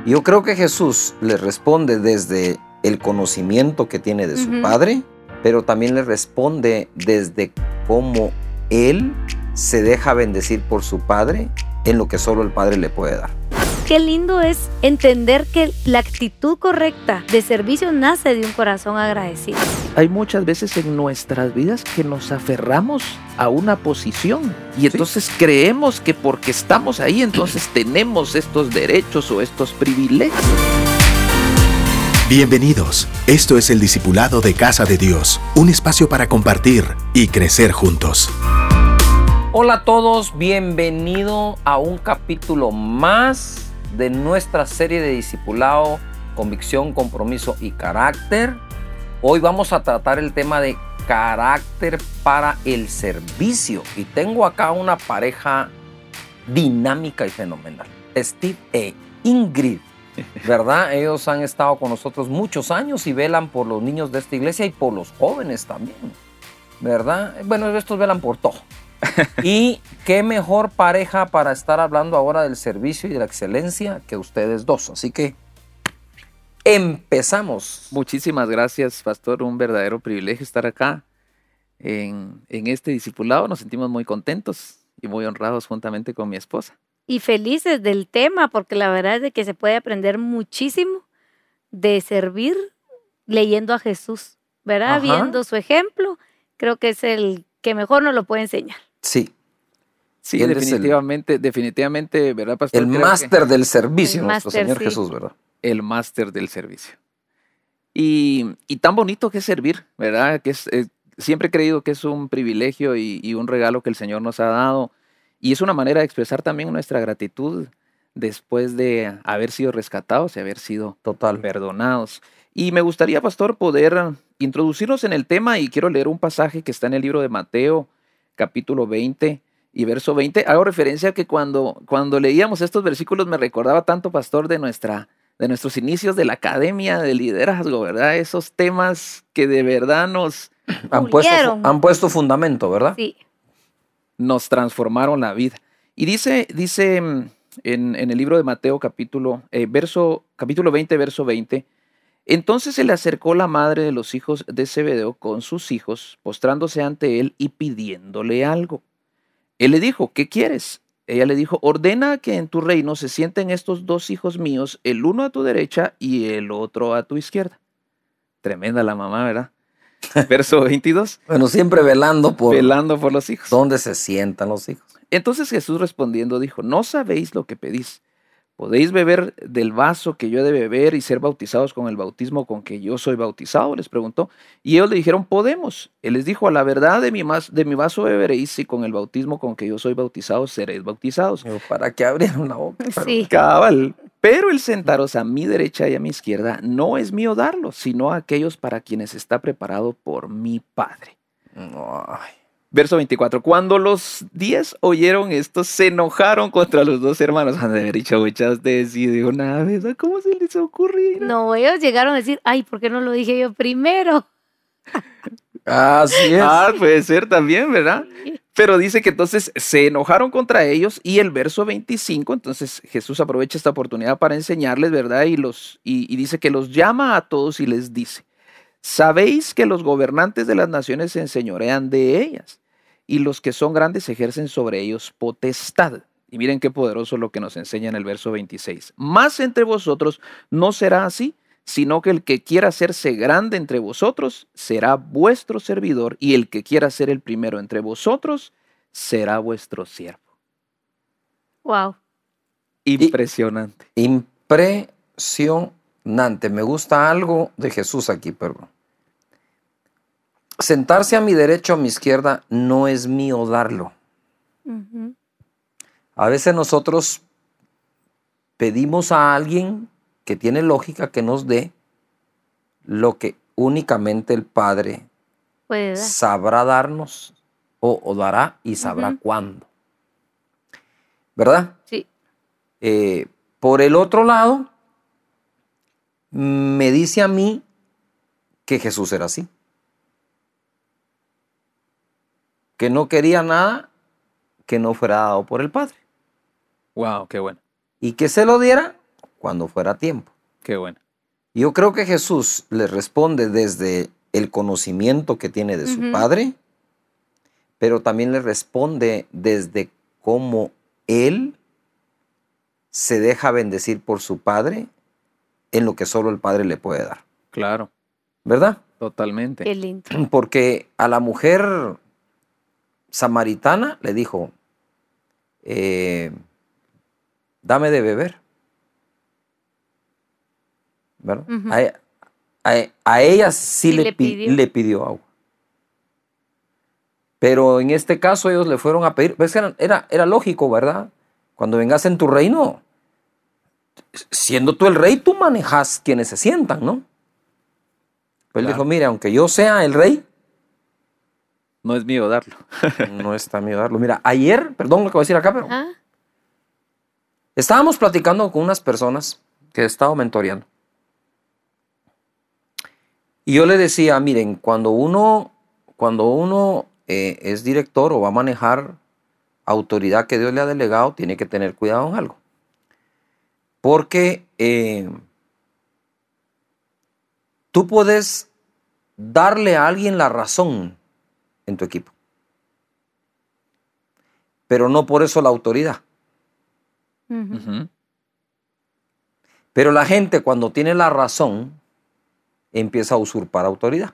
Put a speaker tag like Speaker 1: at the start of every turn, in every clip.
Speaker 1: Yo creo que Jesús le responde desde el conocimiento que tiene de su Padre, pero también le responde desde cómo Él se deja bendecir por su Padre en lo que solo el Padre le puede dar.
Speaker 2: Qué lindo es entender que la actitud correcta de servicio nace de un corazón agradecido.
Speaker 3: Hay muchas veces en nuestras vidas que nos aferramos a una posición y entonces creemos que porque estamos ahí entonces tenemos estos derechos o estos privilegios.
Speaker 4: Bienvenidos. Esto es el Discipulado de Casa de Dios, un espacio para compartir y crecer juntos.
Speaker 1: Hola a todos, bienvenido a un capítulo más de nuestra serie de discipulado, convicción, compromiso y carácter. Hoy vamos a tratar el tema de carácter para el servicio y tengo acá una pareja dinámica y fenomenal, Steve e Ingrid, ¿verdad? Ellos han estado con nosotros muchos años y velan por los niños de esta iglesia y por los jóvenes también, ¿verdad? Bueno, estos velan por todo. Y qué mejor pareja para estar hablando ahora del servicio y de la excelencia que ustedes dos. Así que empezamos.
Speaker 3: Muchísimas gracias, pastor. Un verdadero privilegio estar acá en este discipulado. Nos sentimos muy contentos y muy honrados juntamente con mi esposa.
Speaker 2: Y felices del tema, porque la verdad es de que se puede aprender muchísimo de servir leyendo a Jesús, ¿verdad? Viendo su ejemplo, creo que es el que mejor nos lo puede enseñar.
Speaker 1: Sí.
Speaker 3: Sí, definitivamente, ¿verdad, pastor?
Speaker 1: El máster del servicio, nuestro Señor
Speaker 2: sí.
Speaker 1: Jesús, ¿verdad?
Speaker 3: El máster del servicio. Y tan bonito que es servir, ¿verdad? Que siempre he creído que es un privilegio y un regalo que el Señor nos ha dado. Y es una manera de expresar también nuestra gratitud después de haber sido rescatados y haber sido perdonados. Y me gustaría, pastor, poder introducirnos en el tema y quiero leer un pasaje que está en el libro de Mateo, capítulo 20 y verso 20. Hago referencia a que cuando leíamos estos versículos me recordaba tanto, pastor, de nuestros inicios de la academia de liderazgo, ¿verdad? Esos temas que de verdad nos
Speaker 1: han puesto fundamento, ¿verdad?
Speaker 2: Sí.
Speaker 3: Nos transformaron la vida. Y dice en el libro de Mateo, capítulo 20, verso 20, entonces se le acercó la madre de los hijos de Zebedeo con sus hijos, postrándose ante él y pidiéndole algo. Él le dijo, ¿qué quieres? Ella le dijo, ordena que en tu reino se sienten estos dos hijos míos, el uno a tu derecha y el otro a tu izquierda. Tremenda la mamá, ¿verdad? Verso 22.
Speaker 1: Bueno, siempre velando por
Speaker 3: los hijos.
Speaker 1: ¿Dónde se sientan los hijos?
Speaker 3: Entonces Jesús respondiendo dijo, no sabéis lo que pedís. ¿Podéis beber del vaso que yo he de beber y ser bautizados con el bautismo con que yo soy bautizado? Les preguntó. Y ellos le dijeron, podemos. Él les dijo, a la verdad de mi vaso beberéis y con el bautismo con que yo soy bautizado seréis bautizados.
Speaker 1: Pero ¿para qué abrieron la boca?
Speaker 2: Sí.
Speaker 3: Cabal. Pero el sentaros a mi derecha y a mi izquierda no es mío darlo, sino a aquellos para quienes está preparado por mi Padre.
Speaker 1: Ay.
Speaker 3: Verso 24, cuando los 10 oyeron esto, se enojaron contra los dos hermanos. Han de haber dicho, muchas veces, y de una vez, ¿cómo se les ocurre?
Speaker 2: No, ellos llegaron a decir, ay, ¿por qué no lo dije yo primero?
Speaker 1: Así es.
Speaker 3: Puede ser también, ¿verdad? Sí. Pero dice que entonces se enojaron contra ellos y el verso 25, entonces Jesús aprovecha esta oportunidad para enseñarles, ¿verdad? Y dice que los llama a todos y les dice, ¿sabéis que los gobernantes de las naciones se enseñorean de ellas? Y los que son grandes ejercen sobre ellos potestad. Y miren qué poderoso lo que nos enseña en el verso 26. Mas entre vosotros no será así, sino que el que quiera hacerse grande entre vosotros será vuestro servidor, y el que quiera ser el primero entre vosotros será vuestro siervo.
Speaker 2: Wow.
Speaker 3: Impresionante.
Speaker 1: Impresionante. Me gusta algo de Jesús aquí, perdón. Sentarse a mi derecha o a mi izquierda no es mío darlo.
Speaker 2: Uh-huh.
Speaker 1: A veces nosotros pedimos a alguien que tiene lógica que nos dé lo que únicamente el Padre sabrá darnos o dará y sabrá cuándo. ¿Verdad?
Speaker 2: Sí.
Speaker 1: Por el otro lado, me dice a mí que Jesús era así. Que no quería nada que no fuera dado por el Padre.
Speaker 3: Wow, qué bueno.
Speaker 1: Y que se lo diera cuando fuera tiempo.
Speaker 3: Qué bueno.
Speaker 1: Y yo creo que Jesús le responde desde el conocimiento que tiene de su Padre, pero también le responde desde cómo Él se deja bendecir por su Padre en lo que solo el Padre le puede dar.
Speaker 3: Claro.
Speaker 1: ¿Verdad?
Speaker 3: Totalmente.
Speaker 2: Qué lindo.
Speaker 1: Porque a la mujer samaritana le dijo, dame de beber. ¿Verdad? A ella sí le pidió agua. Pero en este caso ellos le fueron a pedir, pues era lógico, ¿verdad? Cuando vengas en tu reino, siendo tú el rey, tú manejas quienes se sientan, ¿no? Pues él dijo, mire, aunque yo sea el rey,
Speaker 3: no es mío darlo.
Speaker 1: No está mío darlo. Mira, ayer, perdón lo que voy a decir acá, pero estábamos platicando con unas personas que he estado mentoreando. Y yo le decía, miren, cuando uno es director o va a manejar autoridad que Dios le ha delegado, tiene que tener cuidado en algo. Porque tú puedes darle a alguien la razón en tu equipo, pero no por eso la autoridad. Pero la gente cuando tiene la razón empieza a usurpar autoridad.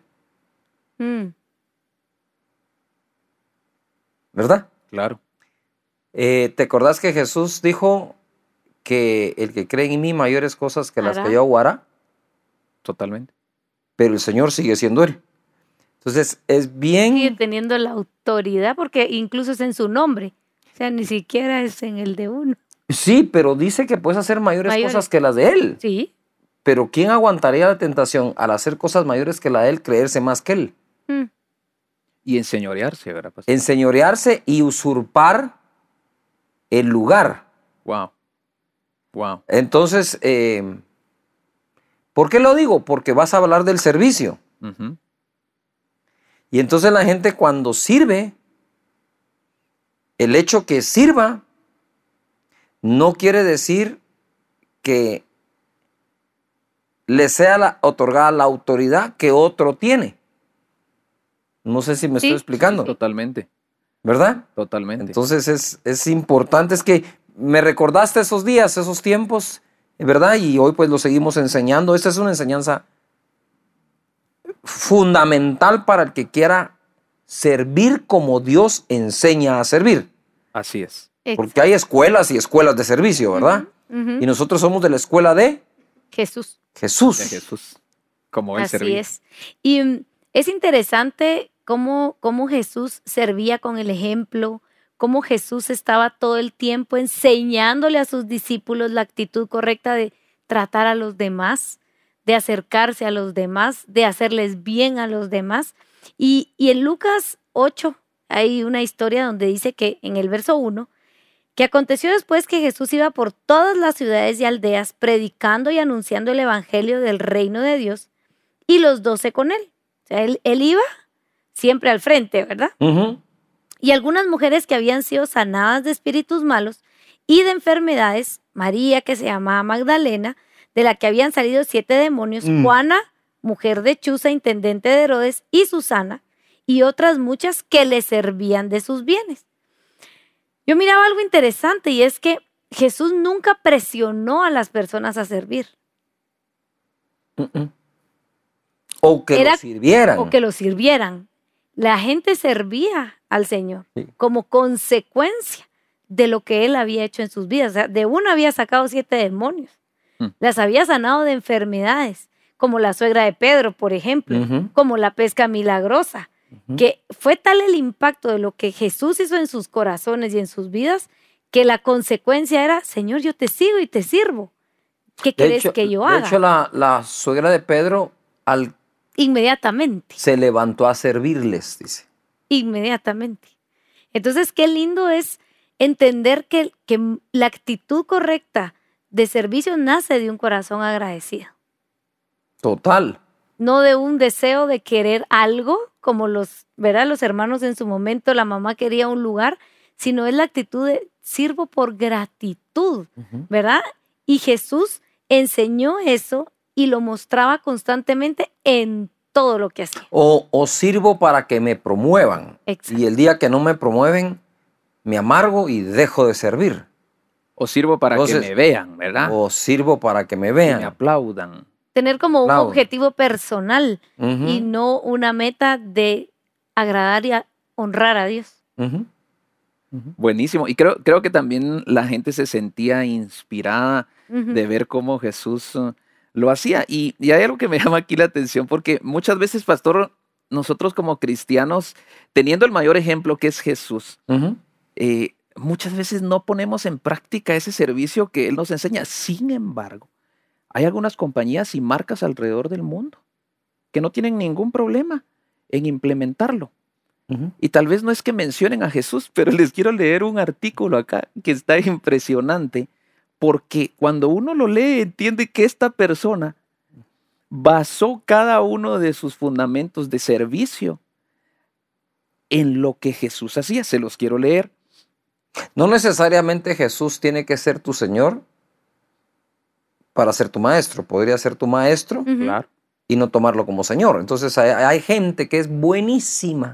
Speaker 1: ¿Verdad?
Speaker 3: Claro.
Speaker 1: ¿Te acordás que Jesús dijo que el que cree en mí mayores cosas que las que yo hago hará?
Speaker 3: Totalmente.
Speaker 1: Pero el Señor sigue siendo Él. Entonces es bien...
Speaker 2: Sigue teniendo la autoridad porque incluso es en su nombre. O sea, ni siquiera es en el de uno.
Speaker 1: Sí, pero dice que puedes hacer mayores cosas que las de Él.
Speaker 2: Sí.
Speaker 1: Pero ¿quién aguantaría la tentación al hacer cosas mayores que la de Él, creerse más que Él?
Speaker 3: Y enseñorearse, ¿verdad, pastor?
Speaker 1: Enseñorearse y usurpar el lugar.
Speaker 3: Wow. Wow.
Speaker 1: Entonces, ¿por qué lo digo? Porque vas a hablar del servicio. Y entonces la gente cuando sirve, el hecho que sirva no quiere decir que le sea otorgada la autoridad que otro tiene. No sé si me estoy explicando.
Speaker 3: Sí, totalmente.
Speaker 1: ¿Verdad?
Speaker 3: Totalmente.
Speaker 1: Entonces es importante, es que me recordaste esos días, esos tiempos, ¿verdad? Y hoy pues lo seguimos enseñando. Esta es una enseñanza fundamental para el que quiera servir como Dios enseña a servir.
Speaker 3: Así es.
Speaker 1: Porque hay escuelas y escuelas de servicio, ¿verdad? Y nosotros somos de la escuela de
Speaker 2: Jesús.
Speaker 1: Jesús.
Speaker 3: De Jesús. Como Él
Speaker 2: Así
Speaker 3: servía.
Speaker 2: es. Y es interesante cómo Jesús servía con el ejemplo, cómo Jesús estaba todo el tiempo enseñándole a sus discípulos la actitud correcta de tratar a los demás, de acercarse a los demás, de hacerles bien a los demás. Y en Lucas 8 hay una historia donde dice que en el verso 1, que aconteció después que Jesús iba por todas las ciudades y aldeas predicando y anunciando el evangelio del reino de Dios y los 12 con él. O sea, él iba siempre al frente, ¿verdad? Y algunas mujeres que habían sido sanadas de espíritus malos y de enfermedades, María, que se llamaba Magdalena, de la que habían salido 7 demonios, Juana, mujer de Chuza, intendente de Herodes, y Susana, y otras muchas que le servían de sus bienes. Yo miraba algo interesante y es que Jesús nunca presionó a las personas a servir.
Speaker 1: O que lo sirvieran.
Speaker 2: O que lo sirvieran. La gente servía al Señor como consecuencia de lo que Él había hecho en sus vidas. O sea, de uno había sacado 7 demonios. Las había sanado de enfermedades, como la suegra de Pedro, por ejemplo, como la pesca milagrosa. Que fue tal el impacto de lo que Jesús hizo en sus corazones y en sus vidas, que la consecuencia era, Señor, yo te sigo y te sirvo. ¿Qué querés que yo haga?
Speaker 1: De hecho, la suegra de Pedro
Speaker 2: inmediatamente
Speaker 1: se levantó a servirles, dice.
Speaker 2: Inmediatamente. Entonces, qué lindo es entender que la actitud correcta de servicio nace de un corazón agradecido.
Speaker 1: Total.
Speaker 2: No de un deseo de querer algo, como los hermanos en su momento, la mamá quería un lugar, sino es la actitud de sirvo por gratitud, ¿verdad? Y Jesús enseñó eso y lo mostraba constantemente en todo lo que hacía.
Speaker 1: O sirvo para que me promuevan.
Speaker 2: Exacto.
Speaker 1: Y el día que no me promueven, me amargo y dejo de servir.
Speaker 3: O sirvo para
Speaker 1: Entonces,
Speaker 3: que me vean, ¿verdad?
Speaker 1: O sirvo para que me
Speaker 3: Que
Speaker 1: vean.
Speaker 3: me aplaudan.
Speaker 2: Tener como un
Speaker 1: Claro.
Speaker 2: objetivo personal
Speaker 1: Ujú,
Speaker 2: y no una meta de agradar y honrar a Dios.
Speaker 1: ujú.
Speaker 3: Buenísimo. Y creo que también la gente se sentía inspirada
Speaker 2: Ujú.
Speaker 3: de ver cómo Jesús lo hacía. Y hay algo que me llama aquí la atención, porque muchas veces, pastor, nosotros como cristianos, teniendo el mayor ejemplo que es Jesús,
Speaker 1: Ujú.
Speaker 3: muchas veces no ponemos en práctica ese servicio que Él nos enseña. Sin embargo, hay algunas compañías y marcas alrededor del mundo que no tienen ningún problema en implementarlo.
Speaker 1: Ujú.
Speaker 3: Y tal vez no es que mencionen a Jesús, pero les quiero leer un artículo acá que está impresionante, porque cuando uno lo lee entiende que esta persona basó cada uno de sus fundamentos de servicio en lo que Jesús hacía. Se los quiero leer.
Speaker 1: No necesariamente Jesús tiene que ser tu Señor para ser tu maestro. Podría ser tu maestro
Speaker 2: Ujú.
Speaker 3: Claro.
Speaker 1: y no tomarlo como Señor. Entonces hay gente que es buenísima,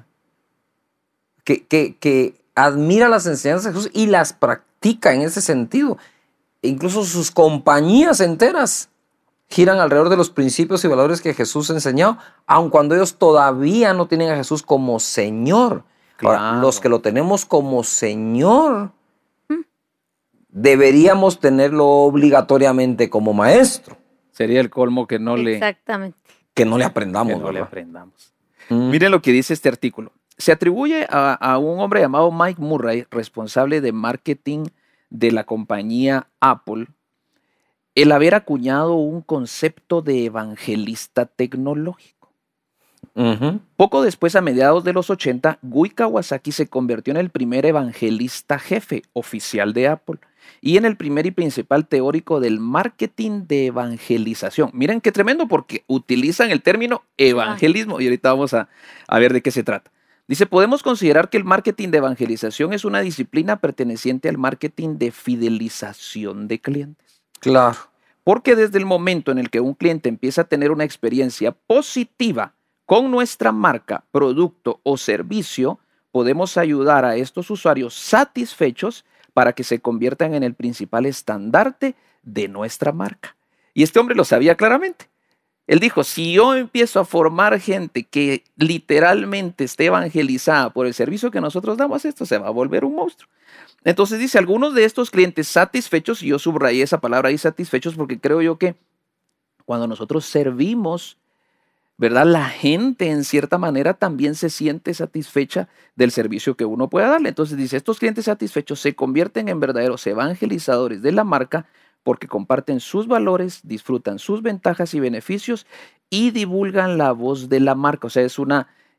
Speaker 1: que admira las enseñanzas de Jesús y las practica en ese sentido. E incluso sus compañías enteras giran alrededor de los principios y valores que Jesús enseñó, aun cuando ellos todavía no tienen a Jesús como Señor. Ahora,
Speaker 3: Claro.
Speaker 1: los que lo tenemos como Señor, deberíamos tenerlo obligatoriamente como maestro,
Speaker 3: Sería el colmo que no le
Speaker 2: Exactamente.
Speaker 1: que no le aprendamos, ¿verdad?
Speaker 3: aprendamos.
Speaker 1: Mm.
Speaker 3: Miren lo que dice este artículo. Se atribuye a un hombre llamado Mike Murray, responsable de marketing de la compañía Apple, el haber acuñado un concepto de evangelista tecnológico.
Speaker 1: Ujú.
Speaker 3: Poco después, a mediados de los 80, Guy Kawasaki se convirtió en el primer evangelista jefe oficial de Apple y en el primer y principal teórico del marketing de evangelización. Miren qué tremendo, porque utilizan el término evangelismo y ahorita vamos a ver de qué se trata. Dice, podemos considerar que el marketing de evangelización es una disciplina perteneciente al marketing de fidelización de clientes.
Speaker 1: Claro.
Speaker 3: Porque desde el momento en el que un cliente empieza a tener una experiencia positiva con nuestra marca, producto o servicio, podemos ayudar a estos usuarios satisfechos para que se conviertan en el principal estandarte de nuestra marca. Y este hombre lo sabía claramente. Él dijo, si yo empiezo a formar gente que literalmente esté evangelizada por el servicio que nosotros damos, esto se va a volver un monstruo. Entonces dice, algunos de estos clientes satisfechos, y yo subrayé esa palabra ahí, satisfechos, porque creo yo que cuando nosotros servimos, ¿verdad? La gente en cierta manera también se siente satisfecha del servicio que uno pueda darle. Entonces dice, estos clientes satisfechos se convierten en verdaderos evangelizadores de la marca porque comparten sus valores, disfrutan sus ventajas y beneficios y divulgan la voz de la marca. O sea, es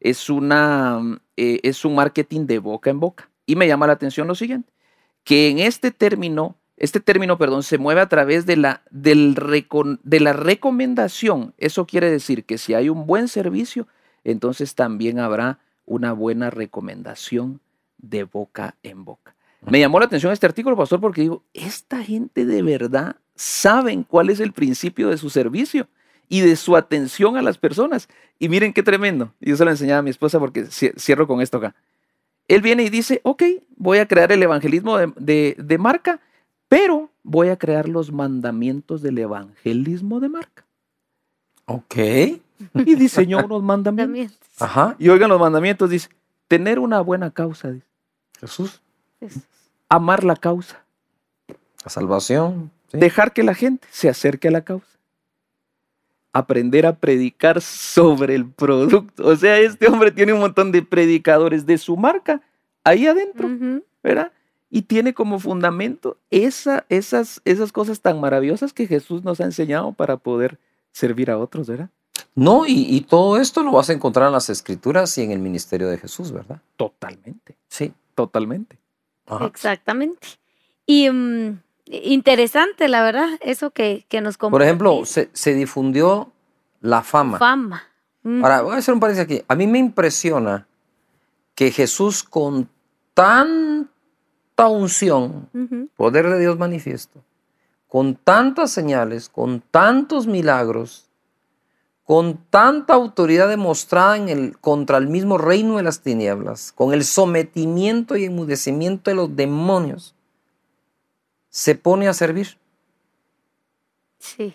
Speaker 3: un marketing de boca en boca. Y me llama la atención lo siguiente, que en este término, se mueve a través de la recomendación. Eso quiere decir que si hay un buen servicio, entonces también habrá una buena recomendación de boca en boca. Me llamó la atención este artículo, pastor, porque digo, esta gente de verdad saben cuál es el principio de su servicio y de su atención a las personas. Y miren qué tremendo. Yo se lo enseñaba a mi esposa porque cierro con esto acá. Él viene y dice, ok, voy a crear el evangelismo de marca, pero voy a crear los mandamientos del evangelismo de marca.
Speaker 1: Ok.
Speaker 3: Y diseñó unos mandamientos.
Speaker 2: También.
Speaker 1: Ajá.
Speaker 3: Y oigan los mandamientos, dice, tener una buena causa, dice,
Speaker 1: Jesús.
Speaker 3: amar la causa,
Speaker 1: La salvación. ¿sí?
Speaker 3: dejar que la gente se acerque a la causa, aprender a predicar sobre el producto. O sea, este hombre tiene un montón de predicadores de su marca ahí adentro,
Speaker 2: Ujú.
Speaker 3: ¿verdad? Y tiene como fundamento esas cosas tan maravillosas que Jesús nos ha enseñado para poder servir a otros, ¿verdad?
Speaker 1: No, y todo esto lo vas a encontrar en las Escrituras y en el ministerio de Jesús, ¿verdad?
Speaker 3: Totalmente,
Speaker 1: Sí.
Speaker 3: totalmente.
Speaker 1: Ajá.
Speaker 2: Exactamente. Y interesante, la verdad, eso que nos
Speaker 1: Por ejemplo,
Speaker 2: compartís.
Speaker 1: se difundió la fama.
Speaker 2: Fama.
Speaker 1: Ahora, voy a hacer un paréntesis aquí. A mí me impresiona que Jesús, con tanta unción,
Speaker 2: Ujú.
Speaker 1: poder de Dios manifiesto, con tantas señales, con tantos milagros, con tanta autoridad demostrada contra el mismo reino de las tinieblas, con el sometimiento y enmudecimiento de los demonios, se pone a servir.
Speaker 2: Sí.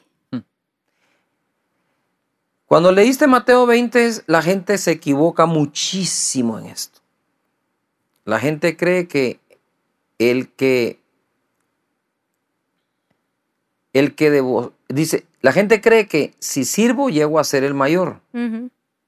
Speaker 1: Cuando leíste Mateo 20, la gente se equivoca muchísimo en esto. La gente cree que la gente cree que si sirvo llego a ser el mayor.
Speaker 2: Ujú.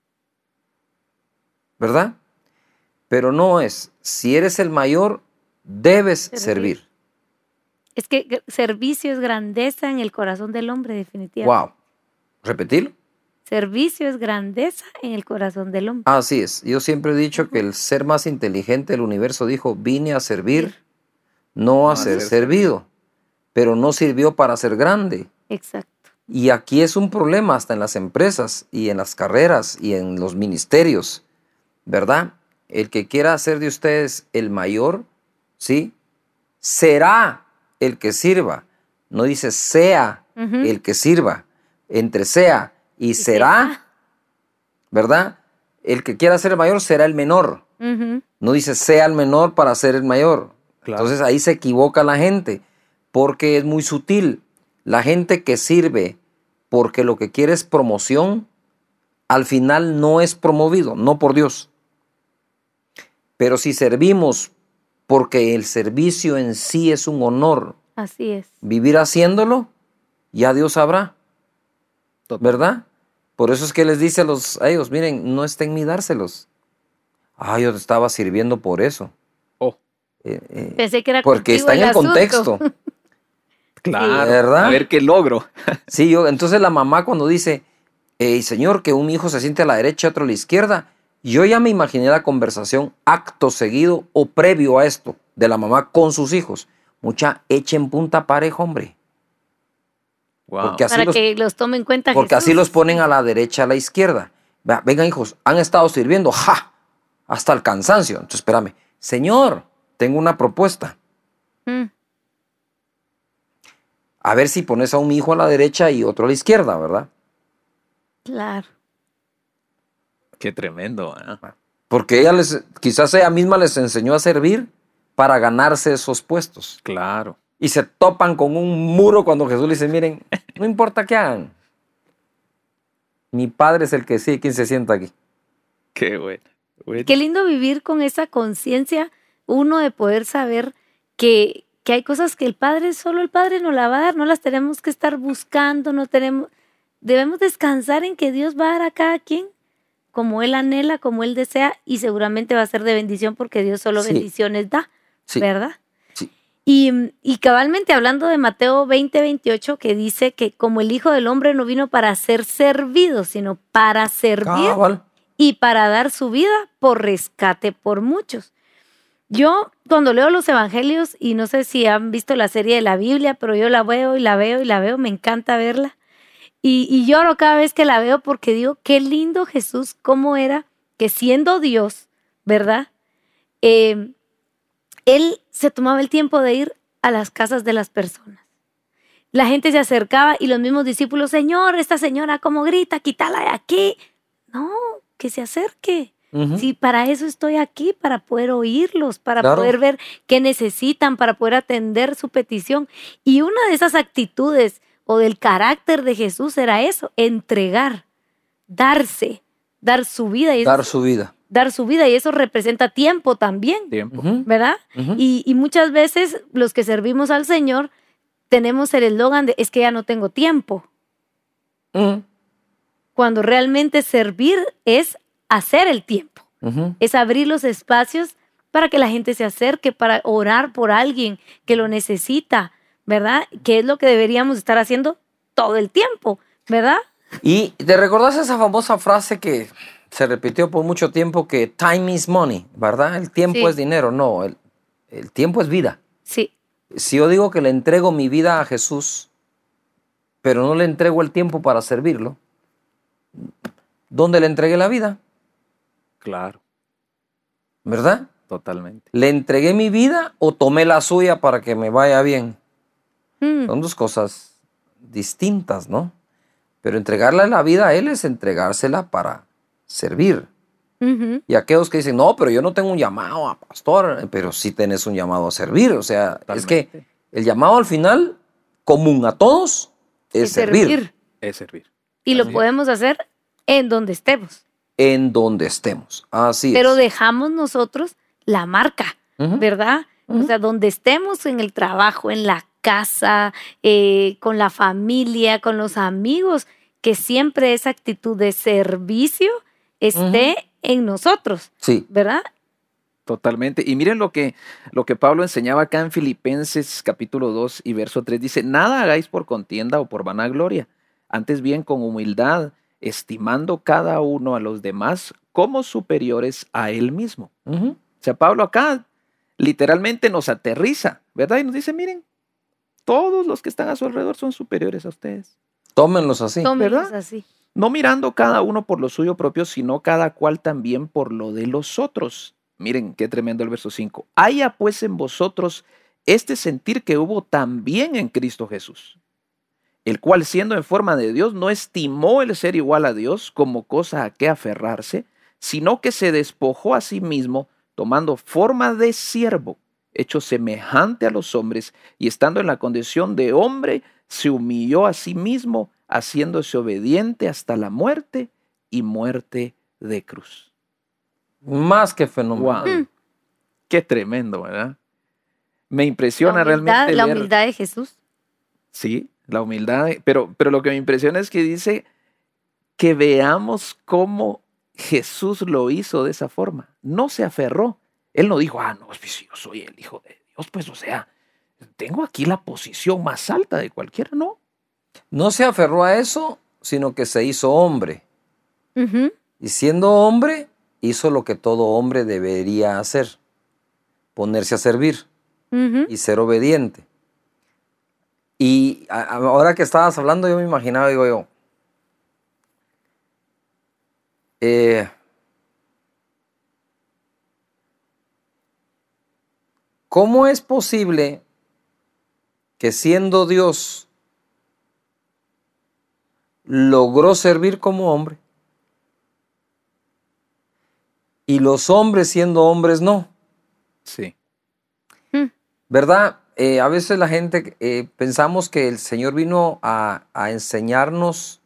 Speaker 1: ¿Verdad? Pero no es. Si eres el mayor, debes servir.
Speaker 2: Es que servicio es grandeza en el corazón del hombre, definitivamente.
Speaker 1: Wow. ¿Repetirlo?
Speaker 2: Servicio es grandeza en el corazón del hombre.
Speaker 1: Así es. Yo siempre he dicho que el ser más inteligente del universo dijo, vine a servir, no a ser servido. Pero no sirvió para ser grande.
Speaker 2: Exacto.
Speaker 1: Y aquí es un problema hasta en las empresas y en las carreras y en los ministerios, ¿verdad? El que quiera hacer de ustedes el mayor, ¿sí? Será el que sirva. No dice sea el que sirva. Entre sea y será, ¿verdad? El que quiera ser el mayor será el menor. No dice sea el menor para ser el mayor. Claro. Entonces ahí se equivoca la gente porque es muy sutil. La gente que sirve porque lo que quiere es promoción, al final no es promovido, no por Dios. Pero si servimos porque el servicio en sí es un honor,
Speaker 2: así es.
Speaker 1: Vivir haciéndolo, ya Dios sabrá, ¿verdad? Por eso es que les dice a ellos, miren, no está en mí dárselos. Yo te estaba sirviendo por eso.
Speaker 2: Pensé que era
Speaker 1: porque está en el contexto.
Speaker 3: Claro,
Speaker 1: ¿verdad?
Speaker 3: A ver qué logro.
Speaker 1: Sí, entonces la mamá cuando dice, Señor, que un hijo se siente a la derecha y otro a la izquierda, yo ya me imaginé la conversación acto seguido o previo a esto de la mamá con sus hijos. Mucha, echen punta pareja, hombre.
Speaker 3: Wow.
Speaker 1: Porque así
Speaker 2: para que los tome en cuenta
Speaker 1: porque
Speaker 2: Jesús.
Speaker 1: así los ponen a la derecha, a la izquierda. Vengan, hijos, han estado sirviendo, hasta el cansancio. Entonces, espérame. Señor, tengo una propuesta. A ver si pones a un hijo a la derecha y otro a la izquierda, ¿verdad?
Speaker 2: Claro.
Speaker 3: Qué tremendo, ¿eh?
Speaker 1: Porque quizás ella misma les enseñó a servir para ganarse esos puestos.
Speaker 3: Claro.
Speaker 1: Y se topan con un muro cuando Jesús les dice, miren, no importa qué hagan. Mi Padre es el que sí, quien se sienta aquí.
Speaker 3: Qué bueno.
Speaker 2: Qué lindo vivir con esa conciencia, uno de poder saber que hay cosas que solo el Padre nos la va a dar, no las tenemos que estar buscando, debemos descansar en que Dios va a dar a cada quien como Él anhela, como Él desea, y seguramente va a ser de bendición porque Dios solo bendiciones da, ¿verdad?
Speaker 1: Sí.
Speaker 2: Y cabalmente hablando de Mateo 20:28, que dice que como el Hijo del Hombre no vino para ser servido, sino para servir y para dar su vida por rescate por muchos. Yo cuando leo los evangelios, y no sé si han visto la serie de la Biblia, pero yo la veo y la veo y la veo, me encanta verla. Y lloro cada vez que la veo porque digo, qué lindo Jesús, cómo era que siendo Dios, ¿verdad? Él se tomaba el tiempo de ir a las casas de las personas. La gente se acercaba y los mismos discípulos, Señor, esta señora cómo grita, quítala de aquí. No, que se acerque. Sí, para eso estoy aquí, para poder oírlos, para poder ver qué necesitan, para poder atender su petición. Y una de esas actitudes o del carácter de Jesús era eso, entregar, darse, dar su vida. Y
Speaker 1: dar su vida.
Speaker 2: Dar su vida, y eso representa tiempo también, ¿verdad? Y muchas veces los que servimos al Señor tenemos el eslogan de, es que ya no tengo tiempo. Cuando realmente servir es hacer el tiempo, es abrir los espacios para que la gente se acerque, para orar por alguien que lo necesita, ¿verdad? Que es lo que deberíamos estar haciendo todo el tiempo, ¿verdad?
Speaker 1: Y te recordás esa famosa frase que se repitió por mucho tiempo, que time is money, ¿verdad? El tiempo es dinero. No, el tiempo es vida.
Speaker 2: Sí.
Speaker 1: Si yo digo que le entrego mi vida a Jesús, pero no le entrego el tiempo para servirlo, ¿dónde le entregué la vida?
Speaker 3: Claro.
Speaker 1: ¿Verdad?
Speaker 3: Totalmente.
Speaker 1: ¿Le entregué mi vida o tomé la suya para que me vaya bien? Son dos cosas distintas, ¿no? Pero entregarle la vida a Él es entregársela para servir. Y aquellos que dicen, no, pero yo no tengo un llamado a pastor, pero sí tenés un llamado a servir. O sea, es que el llamado al final, común a todos, es servir.
Speaker 3: Es servir.
Speaker 2: Y lo podemos hacer en donde estemos.
Speaker 1: En donde estemos, así
Speaker 2: Pero
Speaker 1: es.
Speaker 2: dejamos nosotros la marca, ¿verdad? O sea, donde estemos, en el trabajo, en la casa, con la familia, con los amigos, que siempre esa actitud de servicio esté en nosotros,
Speaker 1: Sí.
Speaker 2: ¿verdad?
Speaker 3: Totalmente. Y miren lo que Pablo enseñaba acá en Filipenses capítulo 2 y verso 3. Dice, nada hagáis por contienda o por vanagloria, antes bien con humildad, estimando cada uno a los demás como superiores a él mismo. O sea, Pablo acá literalmente nos aterriza, ¿verdad? Y nos dice, miren, todos los que están a su alrededor son superiores a ustedes.
Speaker 1: Tómenlos así.
Speaker 2: Tómenlos así.
Speaker 3: No mirando cada uno por lo suyo propio, sino cada cual también por lo de los otros. Miren, qué tremendo el verso 5. Haya pues en vosotros este sentir que hubo también en Cristo Jesús, el cual siendo en forma de Dios no estimó el ser igual a Dios como cosa a que aferrarse, sino que se despojó a sí mismo, tomando forma de siervo, hecho semejante a los hombres, y estando en la condición de hombre, se humilló a sí mismo, haciéndose obediente hasta la muerte y muerte de cruz.
Speaker 1: Más que fenomenal.
Speaker 3: Wow. Qué tremendo, ¿verdad? Me impresiona realmente
Speaker 2: La
Speaker 3: ver-
Speaker 2: humildad de Jesús.
Speaker 3: Sí, la humildad, pero lo que me impresiona es que dice que veamos cómo Jesús lo hizo de esa forma. No se aferró. Él no dijo, no, pues yo soy el Hijo de Dios, pues o sea, tengo aquí la posición más alta de cualquiera, ¿no?
Speaker 1: No se aferró a eso, sino que se hizo hombre.
Speaker 2: Ujú.
Speaker 1: Y siendo hombre, hizo lo que todo hombre debería hacer. Ponerse a servir
Speaker 2: Ujú.
Speaker 1: y ser obediente. Y ahora que estabas hablando, yo me imaginaba, digo yo, ¿cómo es posible que siendo Dios logró servir como hombre y los hombres siendo hombres no?
Speaker 3: Sí.
Speaker 1: ¿Verdad? A veces la gente pensamos que el Señor vino a enseñarnos.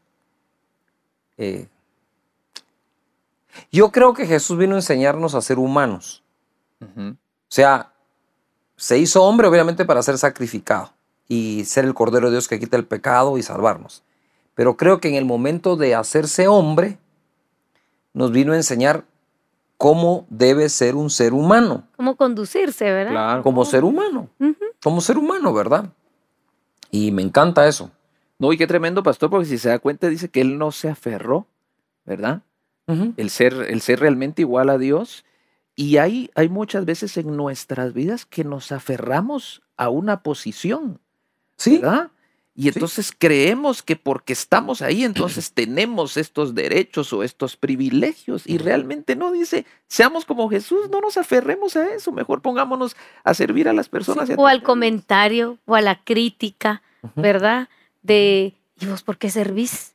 Speaker 1: Yo creo que Jesús vino a enseñarnos a ser humanos.
Speaker 3: Ujú.
Speaker 1: O sea, se hizo hombre obviamente para ser sacrificado y ser el Cordero de Dios que quita el pecado y salvarnos. Pero creo que en el momento de hacerse hombre, nos vino a enseñar cómo debe ser un ser humano.
Speaker 2: Cómo conducirse, ¿verdad?
Speaker 3: Claro.
Speaker 1: Como ser humano.
Speaker 2: Ujú.
Speaker 1: Como ser humano, ¿verdad? Y me encanta eso.
Speaker 3: No, y qué tremendo, pastor, porque si se da cuenta dice que él no se aferró, ¿verdad? El ser realmente igual a Dios. Y hay muchas veces en nuestras vidas que nos aferramos a una posición,
Speaker 1: Sí,
Speaker 3: ¿verdad? Y entonces creemos que porque estamos ahí, entonces tenemos estos derechos o estos privilegios. Y realmente no, dice, seamos como Jesús, no nos aferremos a eso, mejor pongámonos a servir a las personas. y a
Speaker 2: O al
Speaker 3: atenderlas.
Speaker 2: comentario, o a la crítica, ¿verdad? De, ¿y vos por qué servís?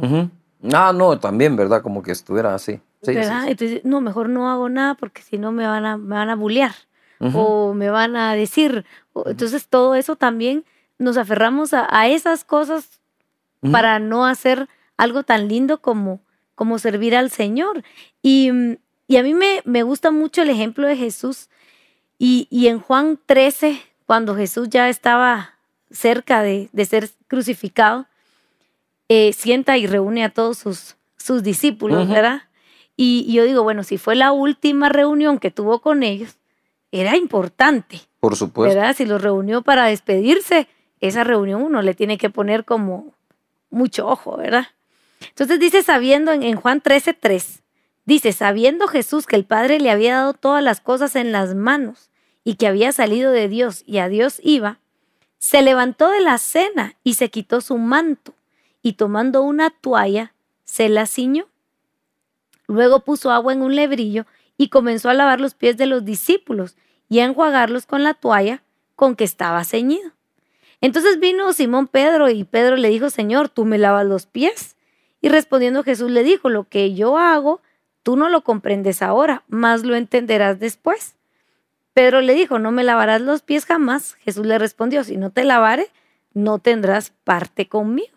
Speaker 1: no, también, ¿verdad? Como que estuviera así. Sí,
Speaker 2: ¿Verdad?
Speaker 1: sí, sí.
Speaker 2: Entonces, no, mejor no hago nada porque si no me van a bullear
Speaker 1: Ujú.
Speaker 2: o me van a decir. Entonces, todo eso también nos aferramos a esas cosas
Speaker 1: Ujú.
Speaker 2: para no hacer algo tan lindo como servir al Señor. Y a mí me gusta mucho el ejemplo de Jesús. Y en Juan 13, cuando Jesús ya estaba cerca de ser crucificado, sienta y reúne a todos sus discípulos,
Speaker 1: Ujú.
Speaker 2: ¿verdad? Y yo digo, bueno, si fue la última reunión que tuvo con ellos, era importante,
Speaker 1: Por supuesto.
Speaker 2: ¿verdad? Si los reunió para despedirse, esa reunión uno le tiene que poner como mucho ojo, ¿verdad? Entonces dice, sabiendo, en Juan 13:3, dice, sabiendo Jesús que el Padre le había dado todas las cosas en las manos y que había salido de Dios y a Dios iba, se levantó de la cena y se quitó su manto y tomando una toalla, se la ciñó. Luego puso agua en un lebrillo y comenzó a lavar los pies de los discípulos y a enjuagarlos con la toalla con que estaba ceñido. Entonces vino Simón Pedro y Pedro le dijo, Señor, ¿tú me lavas los pies? Y respondiendo Jesús le dijo, lo que yo hago, tú no lo comprendes ahora, mas lo entenderás después. Pedro le dijo, no me lavarás los pies jamás. Jesús le respondió, si no te lavare, no tendrás parte conmigo.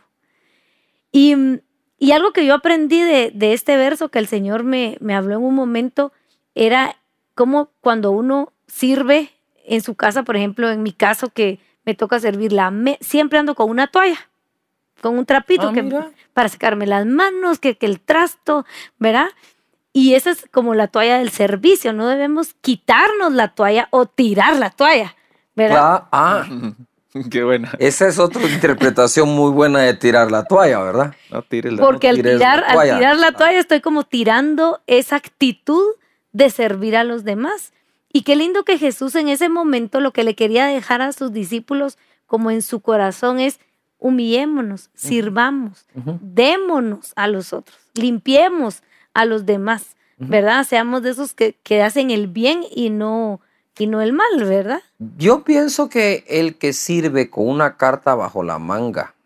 Speaker 2: Y algo que yo aprendí de este verso que el Señor me habló en un momento era como cuando uno sirve en su casa, por ejemplo, en mi caso que me toca servir siempre ando con una toalla, con un trapito para secarme las manos, que el trasto, ¿verdad? Y esa es como la toalla del servicio, no debemos quitarnos la toalla o tirar la toalla, ¿verdad?
Speaker 3: Qué buena.
Speaker 1: Esa es otra interpretación muy buena de tirar la toalla, ¿verdad?
Speaker 3: No tires
Speaker 2: Porque al tirar la
Speaker 1: toalla
Speaker 2: toalla estoy como tirando esa actitud de servir a los demás. Y qué lindo que Jesús en ese momento lo que le quería dejar a sus discípulos como en su corazón es humillémonos, sirvamos, démonos a los otros, limpiemos a los demás, ¿verdad? Seamos de esos que hacen el bien y no el mal, ¿verdad?
Speaker 1: Yo pienso que el que sirve con una carta bajo la manga,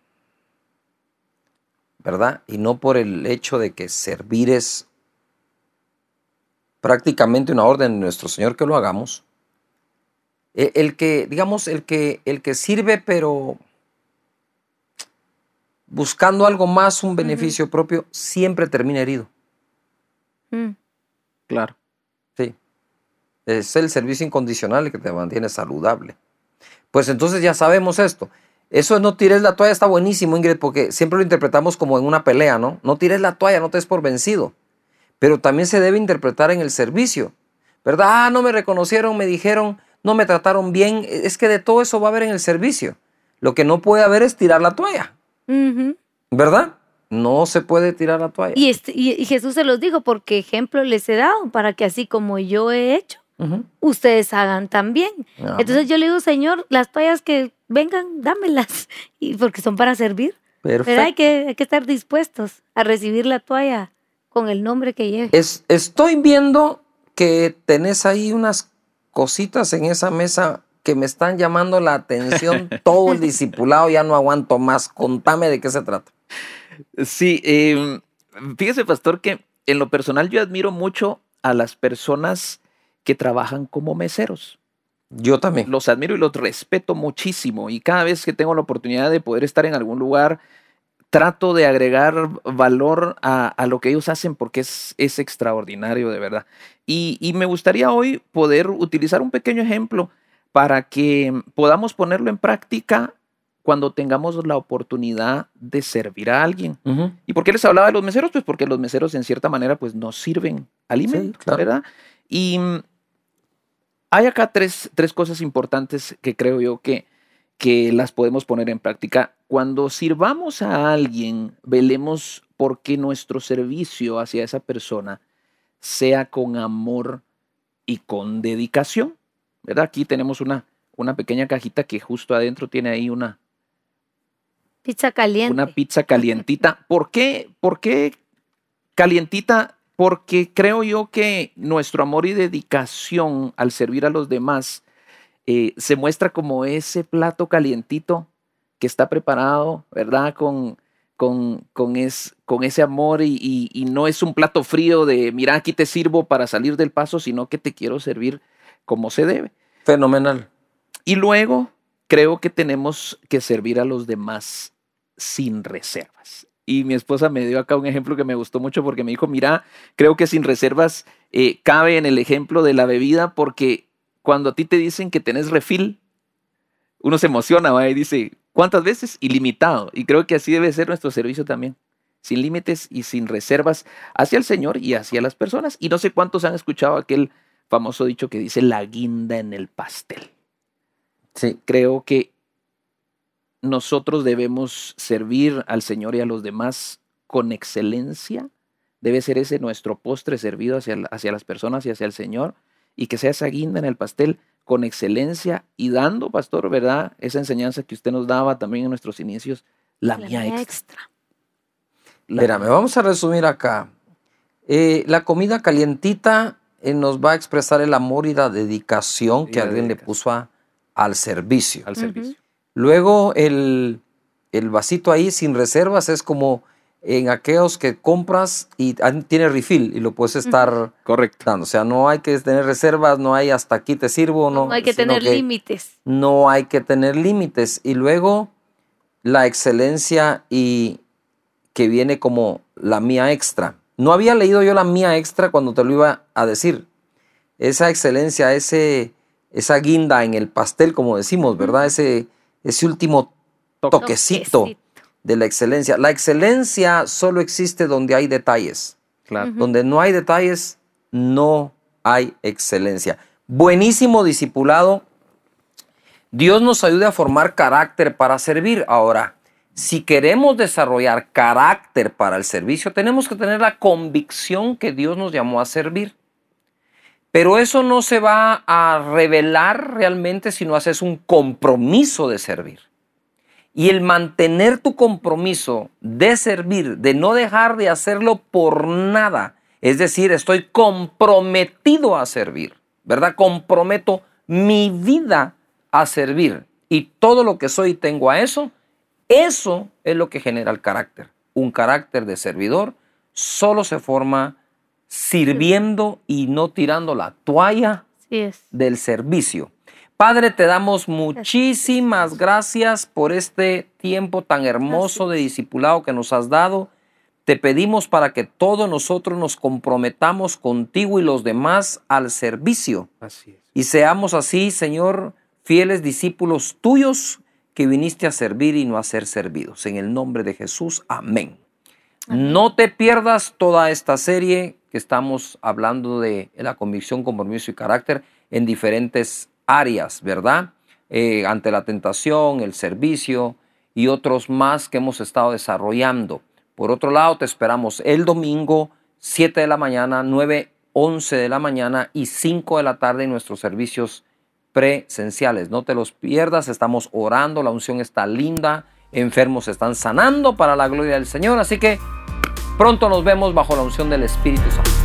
Speaker 1: ¿verdad? Y no por el hecho de que servir es prácticamente una orden de nuestro Señor que lo hagamos. El que sirve, pero buscando algo más, un beneficio propio, siempre termina herido.
Speaker 3: Claro.
Speaker 1: Sí. Es el servicio incondicional el que te mantiene saludable. Pues entonces ya sabemos esto. Eso de no tires la toalla está buenísimo, Ingrid, porque siempre lo interpretamos como en una pelea, ¿no? No tires la toalla, no te des por vencido. Pero también se debe interpretar en el servicio, ¿verdad? No me reconocieron, me dijeron, no me trataron bien. Es que de todo eso va a haber en el servicio. Lo que no puede haber es tirar la toalla, ¿verdad? No se puede tirar la toalla.
Speaker 2: Y Jesús se los dijo, porque ejemplo les he dado, para que así como yo he hecho, ustedes hagan también. Entonces yo le digo, Señor, las toallas que vengan, dámelas, porque son para servir.
Speaker 1: Perfecto.
Speaker 2: Pero hay que estar dispuestos a recibir la toalla con el nombre que lleve.
Speaker 1: Estoy viendo que tenés ahí unas cositas en esa mesa que me están llamando la atención. Todo el discipulado, ya no aguanto más. Contame de qué se trata.
Speaker 3: Sí, fíjese, pastor, que en lo personal yo admiro mucho a las personas que trabajan como meseros.
Speaker 1: Yo también.
Speaker 3: Los admiro y los respeto muchísimo. Y cada vez que tengo la oportunidad de poder estar en algún lugar, trato de agregar valor a lo que ellos hacen porque es extraordinario, de verdad. Y me gustaría hoy poder utilizar un pequeño ejemplo para que podamos ponerlo en práctica cuando tengamos la oportunidad de servir a alguien. ¿Y por qué les hablaba de los meseros? Pues porque los meseros en cierta manera pues nos sirven alimento, sí, claro, ¿verdad? Y hay acá tres cosas importantes que creo yo que las podemos poner en práctica. Cuando sirvamos a alguien, velemos porque nuestro servicio hacia esa persona sea con amor y con dedicación, ¿verdad? Aquí tenemos una pequeña cajita que justo adentro tiene ahí una
Speaker 2: pizza caliente.
Speaker 3: Una pizza calientita. ¿Por qué calientita? Porque creo yo que nuestro amor y dedicación al servir a los demás se muestra como ese plato calientito que está preparado, ¿verdad? Con ese amor y no es un plato frío de, mira, aquí te sirvo para salir del paso, sino que te quiero servir como se debe.
Speaker 1: Fenomenal.
Speaker 3: Y luego creo que tenemos que servir a los demás sin reservas. Y mi esposa me dio acá un ejemplo que me gustó mucho porque me dijo, mira, creo que sin reservas cabe en el ejemplo de la bebida porque cuando a ti te dicen que tenés refill, uno se emociona, ¿va? Y dice, ¿cuántas veces? Ilimitado. Y creo que así debe ser nuestro servicio también. Sin límites y sin reservas hacia el Señor y hacia las personas. Y no sé cuántos han escuchado aquel famoso dicho que dice la guinda en el pastel.
Speaker 1: Sí.
Speaker 3: Creo que nosotros debemos servir al Señor y a los demás con excelencia. Debe ser ese nuestro postre servido hacia las personas y hacia el Señor. Y que sea esa guinda en el pastel con excelencia y dando, pastor, ¿verdad? Esa enseñanza que usted nos daba también en nuestros inicios, la mía extra.
Speaker 1: Mira, me vamos a resumir acá. La comida calientita nos va a expresar el amor y la dedicación que alguien le puso al servicio.
Speaker 3: Al servicio.
Speaker 1: Luego el vasito ahí sin reservas es como en aquellos que compras y tiene refill y lo puedes estar dando. O sea, no hay que tener reservas, no hay hasta aquí te sirvo.
Speaker 2: No hay que tener límites.
Speaker 1: No hay que tener límites. Y luego la excelencia y que viene como la mía extra. No había leído yo la mía extra cuando te lo iba a decir. Esa excelencia, esa guinda en el pastel, como decimos, ¿verdad? Ese último toquecito de la excelencia. La excelencia solo existe donde hay detalles.
Speaker 3: Claro.
Speaker 1: Donde no hay detalles, no hay excelencia. Buenísimo discipulado. Dios nos ayude a formar carácter para servir. Ahora, si queremos desarrollar carácter para el servicio, tenemos que tener la convicción que Dios nos llamó a servir. Pero eso no se va a revelar realmente si no haces un compromiso de servir. Y el mantener tu compromiso de servir, de no dejar de hacerlo por nada, es decir, estoy comprometido a servir, ¿verdad? Comprometo mi vida a servir y todo lo que soy y tengo a eso es lo que genera el carácter. Un carácter de servidor solo se forma sirviendo y no tirando la toalla del servicio. Padre, te damos muchísimas gracias por este tiempo tan hermoso de discipulado que nos has dado. Te pedimos para que todos nosotros nos comprometamos contigo y los demás al servicio.
Speaker 3: Así es.
Speaker 1: Y seamos así, Señor, fieles discípulos tuyos que viniste a servir y no a ser servidos. En el nombre de Jesús, amén. No te pierdas toda esta serie que estamos hablando de la convicción, compromiso y carácter en diferentes áreas, ¿verdad? Ante la tentación, el servicio y otros más que hemos estado desarrollando. Por otro lado, te esperamos el domingo, 7 de la mañana, 9, 11 de la mañana y 5 de la tarde en nuestros servicios presenciales. No te los pierdas, estamos orando, la unción está linda, enfermos se están sanando para la gloria del Señor, así que pronto nos vemos bajo la unción del Espíritu Santo.